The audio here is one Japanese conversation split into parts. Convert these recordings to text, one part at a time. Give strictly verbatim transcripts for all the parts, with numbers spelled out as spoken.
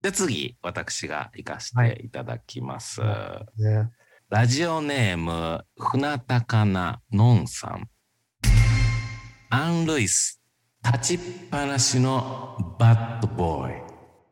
じゃあ次、私が行かせていただきます。 はい、ね、 ラジオネーム、船高なのんさん。アン・ルイス、立ちっぱなしのバッドボーイ。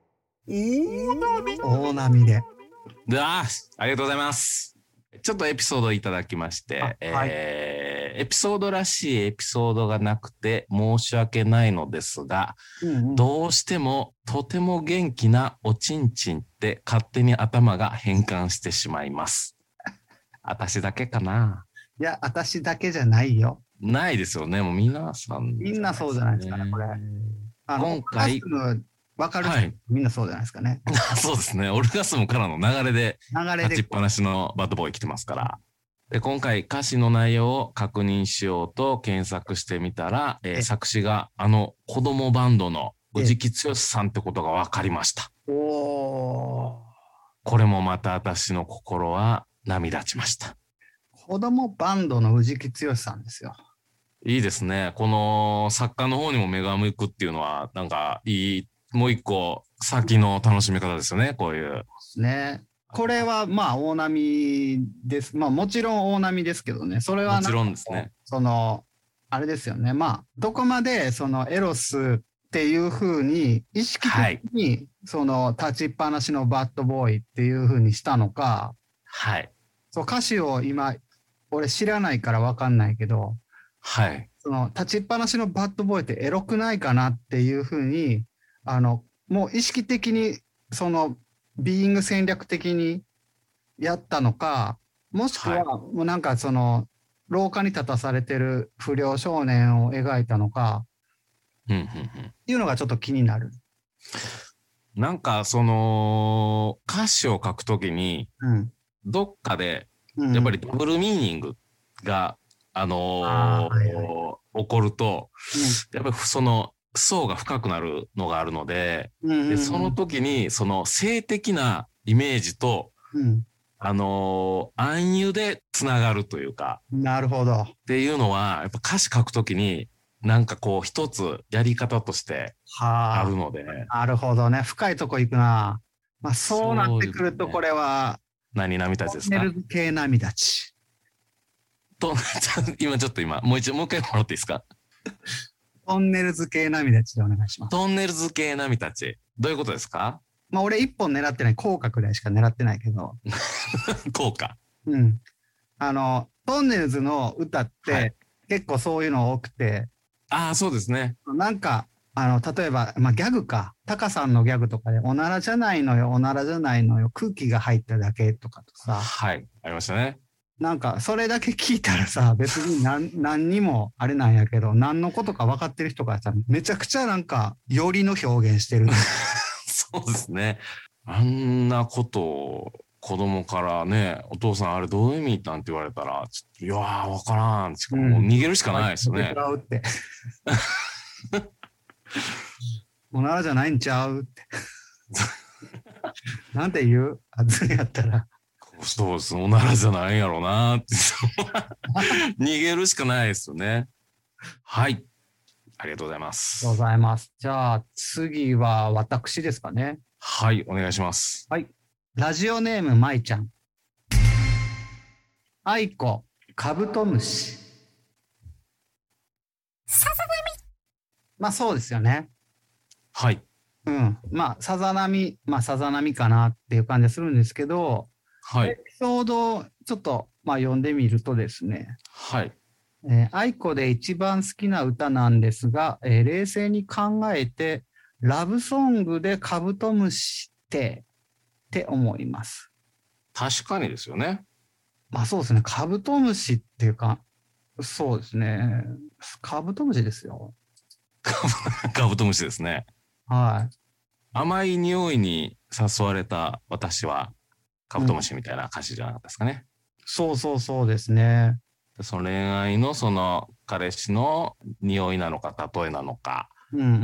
大波で。 で、あありがとうございます。ちょっとエピソードいただきまして、 はい、 えー、エピソードらしいエピソードがなくて申し訳ないのですが、うんうん、どうしてもとても元気なおちんちんって勝手に頭が変換してしまいます。私だけかな。 いや、私だけじゃないよ。 ないですよね。もう皆さん、 ね、みんなそうじゃないですかね、これ。あの今回分かる人、はい、みんなそうじゃないですかね。 そうですね。オルガスムからの流れで立ちっぱなしのバッドボーイ来てますから。で、今回歌詞の内容を確認しようと検索してみたら、えー、作詞があの子供バンドの宇治木剛さんってことが分かりました。おー。これもまた私の心は波立ちました。 子供バンドの宇治木剛さんですよ。 いいですね。この作家の方にも目が向くっていうのは、なんかいい、もう一個先の楽しみ方ですよね、こういう。 ね。これはまあ大波です。まあもちろん大波ですけどね。それはもちろんですね。 その、あれですよね。まあ、どこまでそのエロスっていう風に意識的に、はい、その立ちっぱなしのバッドボーイっていう風にしたのか。 はい。 そう、歌詞を今、俺知らないからわかんないけど、 はい。 その立ちっぱなしのバッドボーイってエロくないかなっていうふうに、あの、もう意識的に、その、ビーイング戦略的にやったのか、もしくは、もうなんかその、廊下に立たされてる不良少年を描いたのか、 うんうんうん、っていうのがちょっと気になる。 なんかその、歌詞を書くときに、うん、どっかで、やっぱりダブルミーニングが、あのーはいはい、起こると、うん、やっぱりその層が深くなるのがあるので、うんうんうん、でその時にその性的なイメージと、うん、あのー、暗喩でつながるというか、 なるほど。 っていうのは、やっぱ歌詞書くときに、なんかこう一つやり方としてあるので。 なるほどね。深いとこ行くな。まあそうなってくるとこれは、 何波立ちですか？ トンネル系波立ち。 と、今ちょっと今、もう一度、もう一回もらっていいですか？ トンネルズ系波立ちでお願いします。 トンネルズ系波立ち。どういうことですか？ まあ俺一本狙ってない。口角でしか狙ってないけど。 効果。 うん。あの、トンネルズの歌って、はい、結構そういうの多くて。 ああ、そうですね。 なんか、あの、例えば、まあギャグか。タカさんのギャグとかで、おならじゃないのよ、おならじゃないのよ、空気が入っただけとかとさ。 はい。ありましたね。 なんか、それだけ聞いたらさ、別に何、何にもあれなんやけど、何のことか分かってる人からさ、めちゃくちゃなんか、よりの表現してる。 そうですね。あんなことを子供からね、お父さんあれどういう意味なんて言われたら、ちょっと、いやー、わからん。しかもう逃げるしかないですよね。 違うって。おならじゃないんちゃうって。なんて言う？あずやったら。 そうです。おならじゃないんやろうなって。逃げるしかないですよね。はい。ありがとうございます。 ありがとうございます。じゃあ次は私ですかね。 はい、お願いします。 はい。ラジオネームまいちゃん。あいこ、カブトムシ。さざ波。まあそうですよね。 はい。 うん。まあ、さざ波、まあさざ波かなっていう感じがするんですけど、 はい。 エピソードをちょっと、まあ、読んでみるとですね。 はい。 えー、愛子で一番好きな歌なんですが、えー、冷静に考えて、ラブソングでカブトムシって、って思います。 確かにですよね。 まあそうですね。カブトムシっていうか、そうですね。カブトムシですよ。 カブトムシですね。 はい。 甘い匂いに誘われた私は、カブトムシみたいな歌詞じゃなかったですかね。 うん、そうそうそうですね。 その恋愛のその彼氏の匂いなのか例えなのか、 うんうんうん、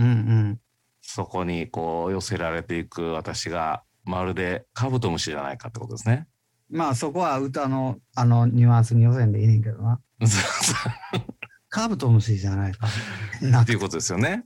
そこにこう寄せられていく私がまるでカブトムシじゃないかってことですね。 まあそこは歌のあのニュアンスに寄せんでいいねんけどな。カブトムシじゃないか。 っていうことですよね。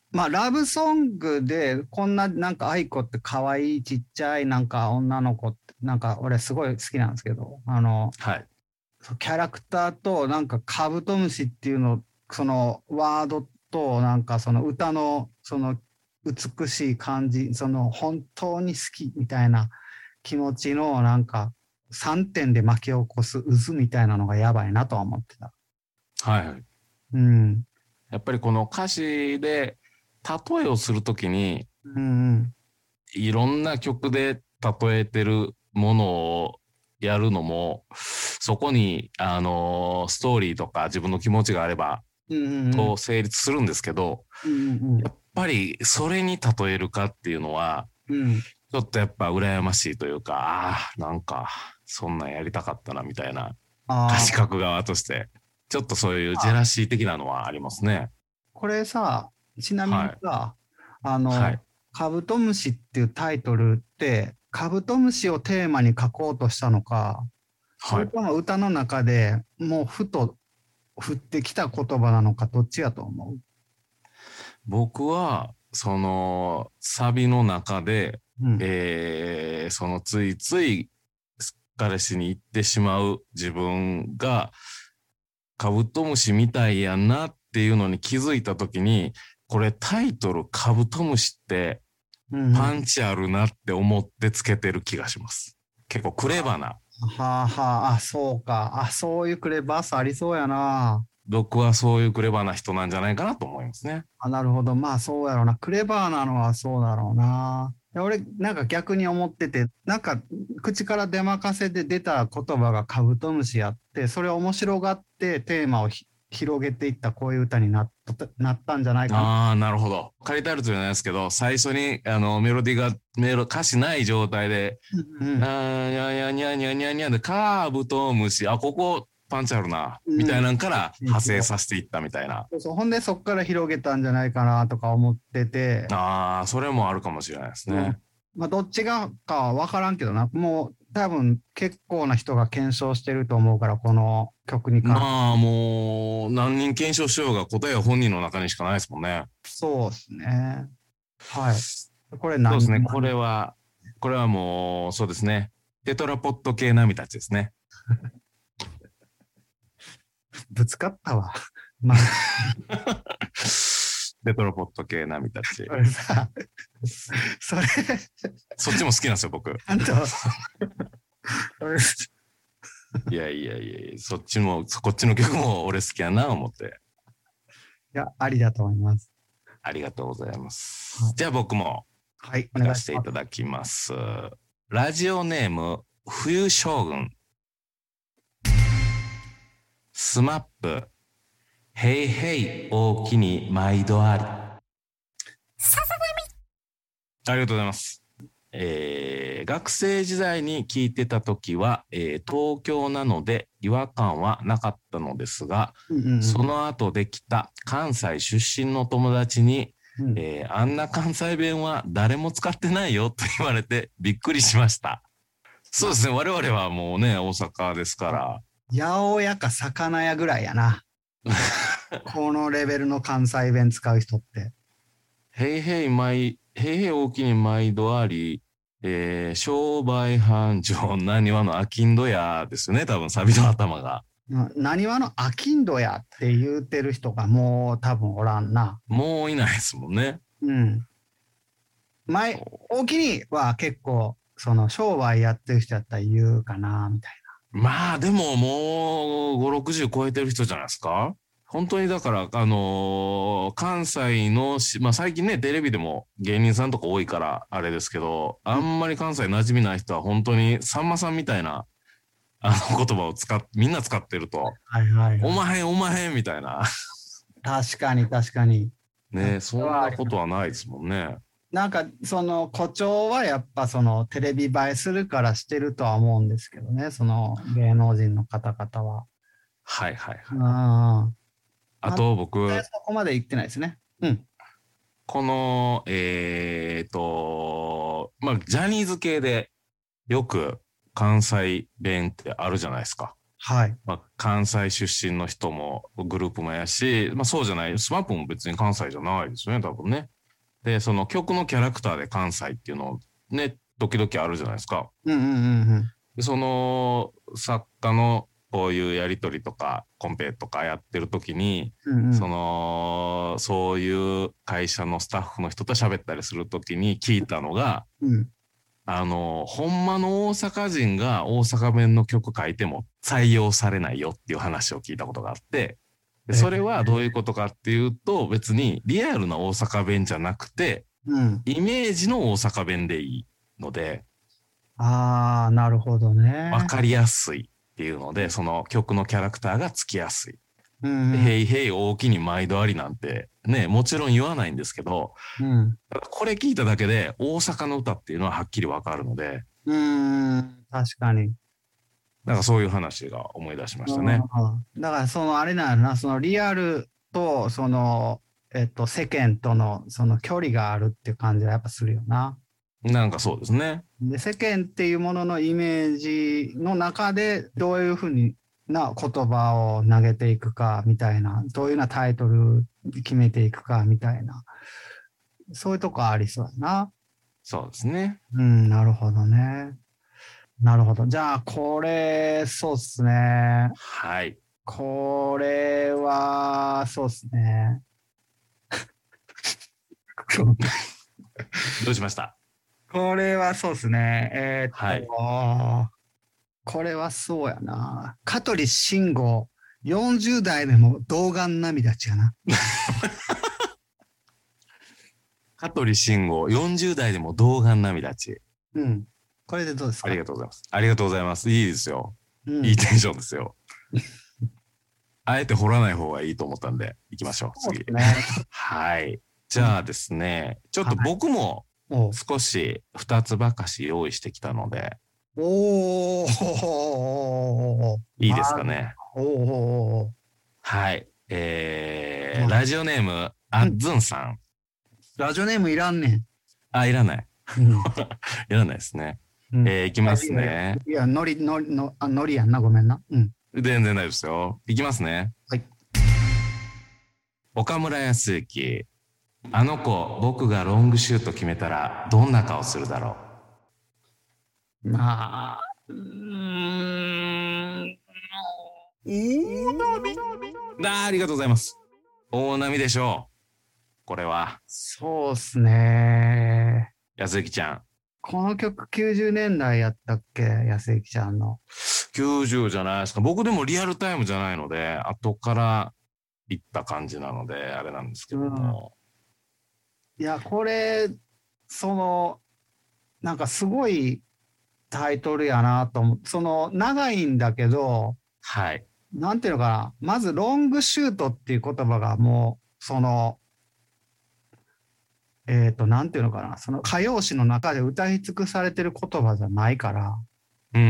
まあラブソングでこんななんか愛子って可愛いちっちゃいなんか女の子ってなんか俺すごい好きなんですけど、あの、 はい。 キャラクターとなんかカブトムシっていうの、そのワードとなんかその歌のその美しい感じ、その本当に好きみたいな気持ちのなんかさんてんで巻き起こす渦みたいなのがやばいなとは思ってた。 はいはい。 うん。 やっぱりこの歌詞で例えをするときに、 うん、 いろんな曲で例えてるものをやるのも、そこに、あのーストーリーとか自分の気持ちがあれば、 うんうんうん、 と成立するんですけど、 うんうんやっぱりそれに例えるかっていうのは、 うん、 ちょっとやっぱ羨ましいというか、ああ、なんか、そんなんやりたかったなみたいな、歌詞あ書く側として、ちょっとそういうジェあ、 ラシー的なのはありますね。 これさ、ちなみはい。 にさ、あの、 はい。 カブトムシっていうタイトルって、カブトムシをテーマに書こうとしたのか、そはい。 れとも歌の中でもうふと降ってきた言葉なのか、どっちやと思う？ 僕は、その、サビの中で、 うん。 えー、そのついつい彼氏に行ってしまう自分がカブトムシみたいやなっていうのに気づいたときに、これタイトルカブトムシってうんうん。 パンチあるなって思ってつけてる気がします。結構クレバな。 はあはあ、あ、そうか。あ、そういうクレバーさありそうやな。 僕はそういうクレバな人なんじゃないかなと思いますね。 あ、なるほど。まあそうやろうな。クレバーなのはそうだろうな。で俺、なんか逆に思ってて、なんか口から出まかせで出た言葉がカブトムシやって、それを面白がってテーマをひ広げていったこういう歌になった、なったんじゃないかな。 ああ、なるほど。借りてあるじゃないですけど、最初にあのメロディーが、メロ、歌詞ない状態で、 うんうん。 あーにゃにゃにゃにゃにゃにゃで、カブトムシ、あ、ここパンチあるな、みうん。 たいなんから派生させていったみたいな。 そうそう。ほんでそっから広げたんじゃないかなとか思ってて、 ああ、それもあるかもしれないですうん。 ね。 まあどっちがかは分からんけどな。もう多分結構な人が検証してると思うから、この曲に関して。 まあ、もう、何人検証しようが答えは本人の中にしかないですもんね。 そうですね。はい。これそうですね。 何これは、これはもう、そうですね。テトラポット系並みたちですね。 ぶつかったわ。まあ、 テトラポット系並みたち。 それさ、それ、 そっちも好きなんですよ、僕。 あんた、それ、 いやいやいやいや、そっちも、こっちの曲も俺好きやな、思って。 いや、ありだと思います。 ありがとうございます。 はい、 じゃあ僕もはい、お行かせてい願いします。 ただきます。ラジオネーム、冬将軍。スマップ、ヘイヘイ大きに毎度あり。ありがとうございます。えー、学生時代に聞いてた時は、えー、東京なので違和感はなかったのですが、 うんうんその後できた関西出身の友達に、 うん。 えー、あんな関西弁は誰も使ってないよと言われてびっくりしました。そうですね。我々はもうね、大阪ですから。 八百屋か魚屋ぐらいやな。このレベルの関西弁使う人って。 へいへい毎、へいへい大きに毎度あり、えー、商売繁盛なにわのあきんどやですよね。多分サビの頭が。 なにわのあきんどやって言うてる人がもう多分おらんな。 もういないですもんね。 うん。前、大きには結構、その商売やってる人やったら言うかな、みたいまあでももうご、ろくじゅう超えてる人じゃないですか。本当にだから、あのー関西のし、まあ最近ね、テレビでも芸人さんとか多いからあれですけど、あな。うん。 んまり関西馴染みない人は本当にさんまさんみたいなあの言葉を使っ、みんな使ってると、 はいはいはい。 おまへんおまへんみたいな。 確かに確かに。 ね、 それそんなはあります。 ことはないですもんね。 なんか、その誇張はやっぱそのテレビ映えするからしてるとは思うんですけどね、その芸能人の方々は。 はいはいはい。 うん。まああ、 と僕、 そこまで言ってないですね。うん。 この、えーと、まあ、ジャニーズ系でよく関西弁ってあるじゃないですか。 はい。 まあ、関西出身の人もグループもやし、まあそうじゃない、スマップも別に関西じゃないですよね、多分ね。で、その曲のキャラクターで関西っていうのね、時々あるじゃないですか。 うんうんうんうん。 で、その作家のこういうやりとりとかコンペとかやってる時に、 うんうん、 そのそういう会社のスタッフの人と喋ったりする時に聞いたのが、 うん、 あのほんまの大阪人が大阪弁の曲書いても採用されないよっていう話を聞いたことがあって、でそれはどういうことかっていうと、別にリアルな大阪弁じゃなくて、 うん、 イメージの大阪弁でいいので、 ああ、なるほどね。 わかりやすいっていうので、その曲のキャラクターがつきやすい。 うんうん、 へいへい大きに毎度ありなんてね、もちろん言わないんですけど、 うん、 これ聞いただけで大阪の歌っていうのははっきりわかるので、 うーん、確かに。 なんかそういう話が思い出しましたね。 だからそのあれなのな、そのリアルとその、えっと、世間とのその距離があるっていう感じはやっぱするよな。 なんかそうですね。 で、世間っていうもののイメージの中でどういうふうにな言葉を投げていくかみたいな、どういうようなタイトル決めていくかみたいな、そういうとこありそうやな。 そうですね。 うん、なるほどね。なるほど。じゃあ、これ、そうっすね。 はい。 これは、そうっすね。 どうしました？ これはそうっすね。えー、っと、 はい、 これはそうやな。香取慎吾、よんじゅう代でも童顔涙ちやな。 香取慎吾、よんじゅう代でも童顔涙ち。 うん。これでどうですか？ ありがとうございます。ありがとうございます。いいですよ。 うん、 いいテンションですよ。あえて掘らない方がいいと思ったんで、行きましょう、次。ね、はい。じゃあですね、ちょっと僕も少し二つばかし用意してきたので、 おおいいですかね。 おおはい。えー、ラジオネーム、あっずんさん。 ラジオネームいらんねん。 あ、いらない。うん、いらないですね。うん、えー、いきますね。 いや、のり、のり、の、あ、のりやんな、ごめんな。うん。 全然大丈夫ですよ。いきますね。はい。岡村康之。あの子、僕がロングシュート決めたら、どんな顔するだろう。まあ、うーん。大波。あ、ありがとうございます。大波でしょう。これは。 そうっすね。 安之ちゃん。 この曲きゅうじゅうねんだいやったっけ、安之ちゃんの。 きゅうじゅうじゃないですか。僕でもリアルタイムじゃないので、後から行った感じなので、あれなんですけども。 うん、いや、これ、その、なんかすごいタイトルやなと思う。その、長いんだけど、 はい。 なんていうのかな。まず、ロングシュートっていう言葉がもう、その、えっと、なんていうのかな。その歌謡詞の中で歌い尽くされてる言葉じゃないから、 うんうん。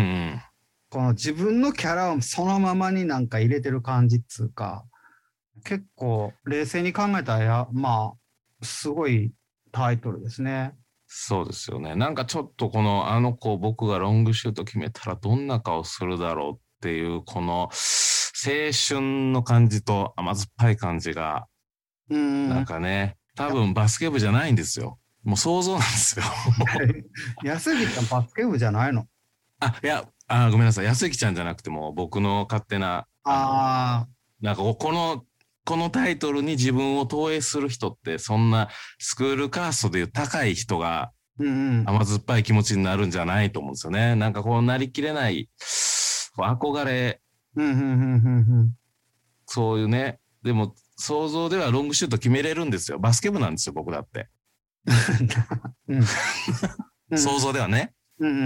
この自分のキャラをそのままになんか入れてる感じっつうか、結構冷静に考えたらや、まあ、すごいタイトルですね。 そうですよね。なんかちょっとこのあの子僕がロングシュート決めたらどんな顔するだろうっていうこの青春の感じと甘酸っぱい感じが、うんなんかね、多分バスケ部じゃないんですよ。もう想像なんですよ。 安木ちゃんバスケ部じゃないの？ あ、いや、あ、ごめんなさい。安木ちゃんじゃなくても僕の勝手な、ああなんかこの、このタイトルに自分を投影する人ってそんなスクールカーストでいう高い人が甘酸っぱい気持ちになるんじゃないと思うんですよね。なんかこうなりきれない憧れ、そういうね、でも想像ではロングシュート決めれるんですよ。バスケ部なんですよ、僕だって。想像ではね。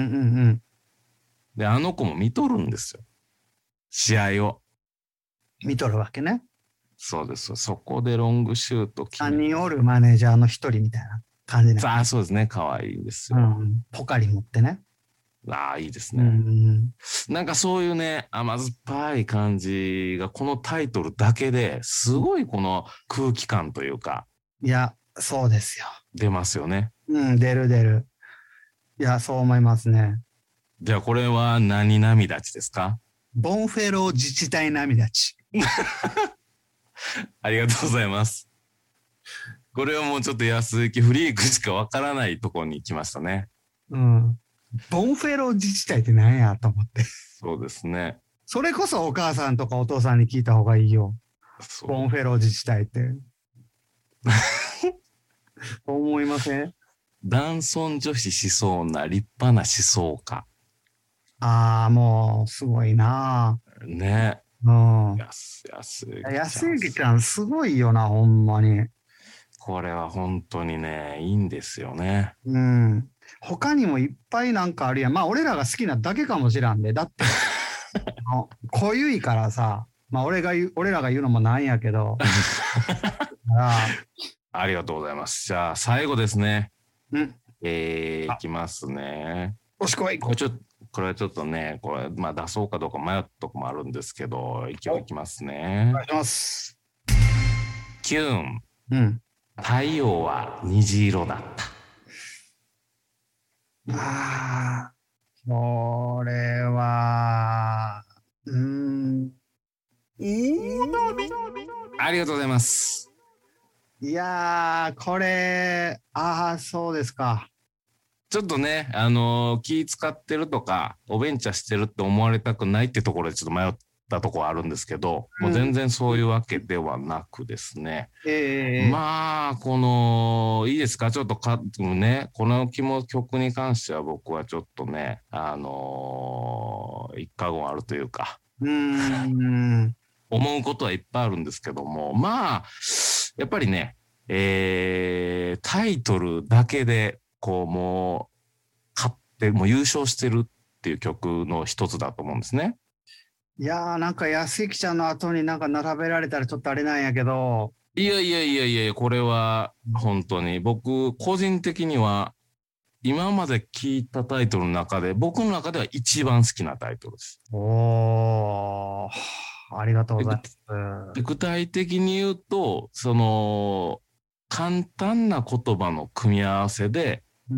で、あの子も見とるんですよ。試合を。 見とるわけね。 そうです。そこでロングシュート決める。さんにんおるマネージャーの一人みたいな感じね。 ああ、そうですね。可愛いんですよ。うん、 ポカリ持ってね。 ああ、いいですね。うん、なんかそういうね、甘酸っぱい感じが、このタイトルだけですごいこの空気感というか。 いや、そうですよ。 出ますよね。 うん、出る出る。いや、そう思いますね。 じゃあこれは何涙ちですか？ ボンフェロー自治体涙地。 ありがとうございます。これはもうちょっと安行フリークしかわからないところに来ましたね。 うん。ボンフェロー自治体って何やと思って。 そうですね。 それこそお母さんとかお父さんに聞いた方がいいよ。ボンフェロー自治体って。思いません？ 男尊女子しそうな立派な思想家。 ああ、もう、すごいな。 ね。 うん。 安行安行ちゃん、すごいよな、ほんまに。 これは本当にね、いいんですよね。 うん。他にもいっぱいなんかあるやん。まあ、俺らが好きなだけかもしらんで。だって、濃ゆいからさ、まあ、俺が言う、俺らが言うのもなんやけど。 あ, ありがとうございます。じゃあ、最後ですね。 うん。 えー、いきますね。 おしこい。 これちょっと、これちょっとね、これ、まあ出そうかどうか迷うとこもあるんですけど、一応いきますね。 お願いします。 キュン。 うん。 太陽は虹色だった。 ああ、これは、うーん。 ありがとうございます。 いやー、これ、ああ、そうですか。 ちょっとね、あのー、気使ってるとか、おべんちゃしてるって思われたくないってところでちょっと迷ったところあるんですけど、うん、もう全然そういうわけではなくですね。えー、まあ、この、いいですか、ちょっとか、ね、この曲に関しては僕はちょっとね、あのー、一過言あるというか、うーん思うことはいっぱいあるんですけども、まあ、やっぱりね、えー、タイトルだけで、こうもう勝ってもう優勝してるっていう曲の一つだと思うんですね。 いやーなんか安行ちゃんの後になんか並べられたらちょっとあれなんやけど。 いやいやいやいや、これは本当に僕個人的には今まで聞いたタイトルの中で僕の中では一番好きなタイトルです。 おー、ありがとうございます。 具体的に言うと、その簡単な言葉の組み合わせで、うん、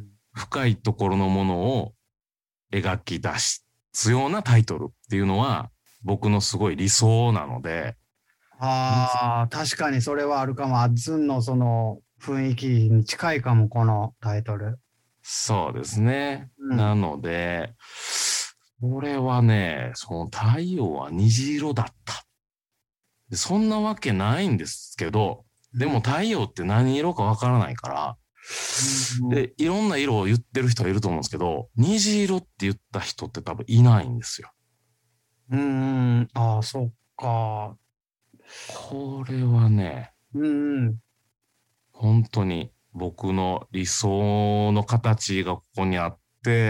深いところのものを描き出すようなタイトルっていうのは僕のすごい理想なので。 ああ、確かにそれはあるかも。アッズンのその雰囲気に近いかも、このタイトル。 そうですね。うん、なので、これはね、その太陽は虹色だった。そんなわけないんですけど、でも太陽って何色かわからないから、うん、で、いろんな色を言ってる人はいると思うんですけど、虹色って言った人って多分いないんですよ。 うーん、ああ、そっか。 これはね、うん、本当に僕の理想の形がここにあって、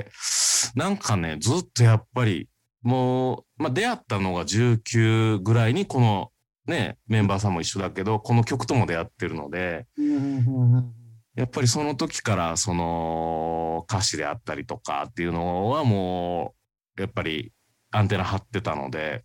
なんかね、ずっとやっぱり、もう、まあ、出会ったのがじゅうきゅうぐらいにこのね、メンバーさんも一緒だけど、この曲とも出会ってるので、やっぱりその時からその歌詞であったりとかっていうのはもう、やっぱりアンテナ張ってたので、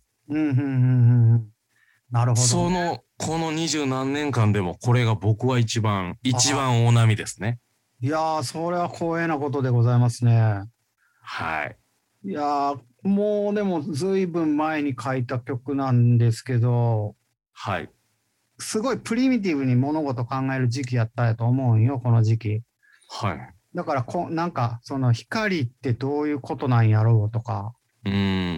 なるほど、ね。その、この二十何年間でもこれが僕は一番、一番大波ですね。 いやー、それは光栄なことでございますね。 はい。 いやー、もうでもずいぶん前に書いた曲なんですけど、はい。すごいプリミティブに物事考える時期やったやと思うんよ、この時期。はい。だからこ、なんか、その光ってどういうことなんやろうとか、うん。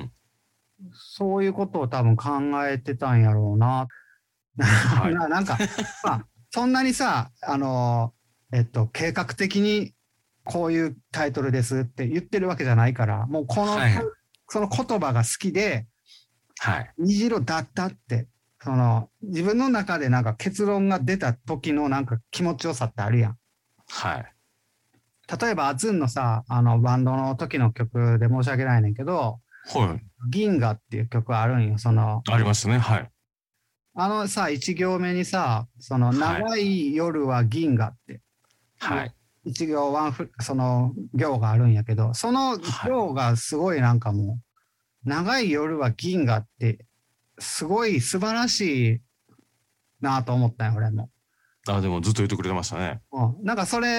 そういうことを多分考えてたんやろうな。はい、なんか、まあ、そんなにさ、あの、えっと、計画的にこういうタイトルですって言ってるわけじゃないから、もうこの、はい、その言葉が好きで、はい。虹色だったって、その、自分の中でなんか結論が出た時のなんか気持ちよさってあるやん。はい。例えば、アズンのさ、あの、バンドの時の曲で申し訳ないねんけど、はい。銀河っていう曲あるんよ、その。 ありますね、はい。 あのさ、一行目にさ、その、長い夜は銀河って。はい。一行ワンフ、その行があるんやけど、その行がすごいなんかもう、長い夜は銀河って、すごい素晴らしいなと思ったよ、俺も。 あ、でもずっと言ってくれてましたね。 うん。なんかそれ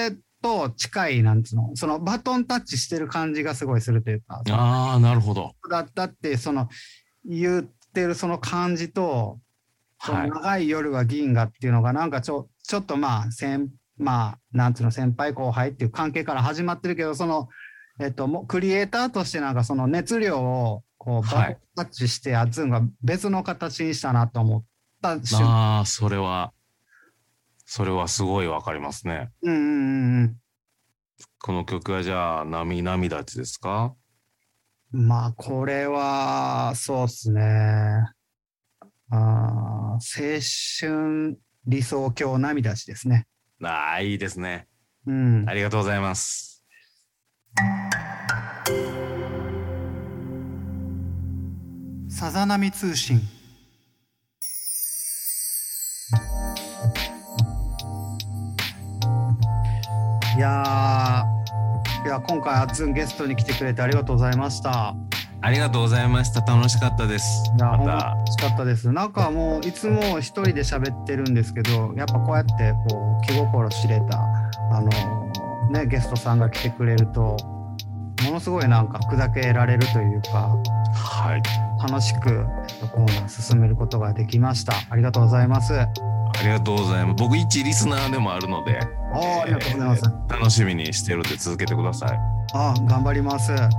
と近い、なんつうの、そのバトンタッチしてる感じがすごいするというか。 ああ、なるほど。 だったって、その言ってるその感じと、はい、長い夜は銀河っていうのがなんかちょ、ちょっとまあ、先、まあ、なんつうの、先輩後輩っていう関係から始まってるけど、その、えっと、もクリエイターとしてなんかその熱量をこうバトンタッチしてアズンが別の形にしたなと思った瞬間。 ああ、それは、それはすごいわかりますね。 うんうんうん。 この曲はじゃあ、波波立ちですか？ まあ、これは、そうっすね。あ青春理想郷涙立ちですね。 ああ、いいですね。 うん。 ありがとうございます。 さざ波通信。いやー、いや今回あっずんゲストに来てくれてありがとうございました。 ありがとうございました。楽しかったです。 いや、また楽しかったです。なんかもういつも一人で喋ってるんですけど、やっぱこうやってこう気心知れたあのねゲストさんが来てくれるとものすごいなんか砕けられるというか、 はい、 楽しくコーナー進めることができました。ありがとうございます。 ありがとうございます。僕一リスナーでもあるので、 あ、えー、ありがとうございます。 楽しみにしてるので続けてください。 あ、頑張ります。 はい。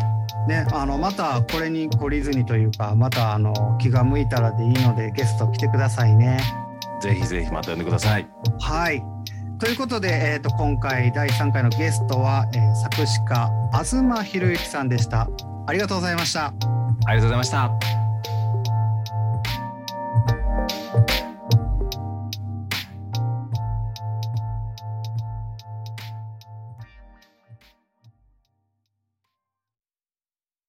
ね、あのまたこれに懲りずにというか、またあの気が向いたらでいいのでゲスト来てくださいね。 ぜひぜひまた呼んでください。 はい。ということで、えーと、今回だいさんかいのゲストは、えー、作詞家東博之さんでした。ありがとうございました。 ありがとうございました。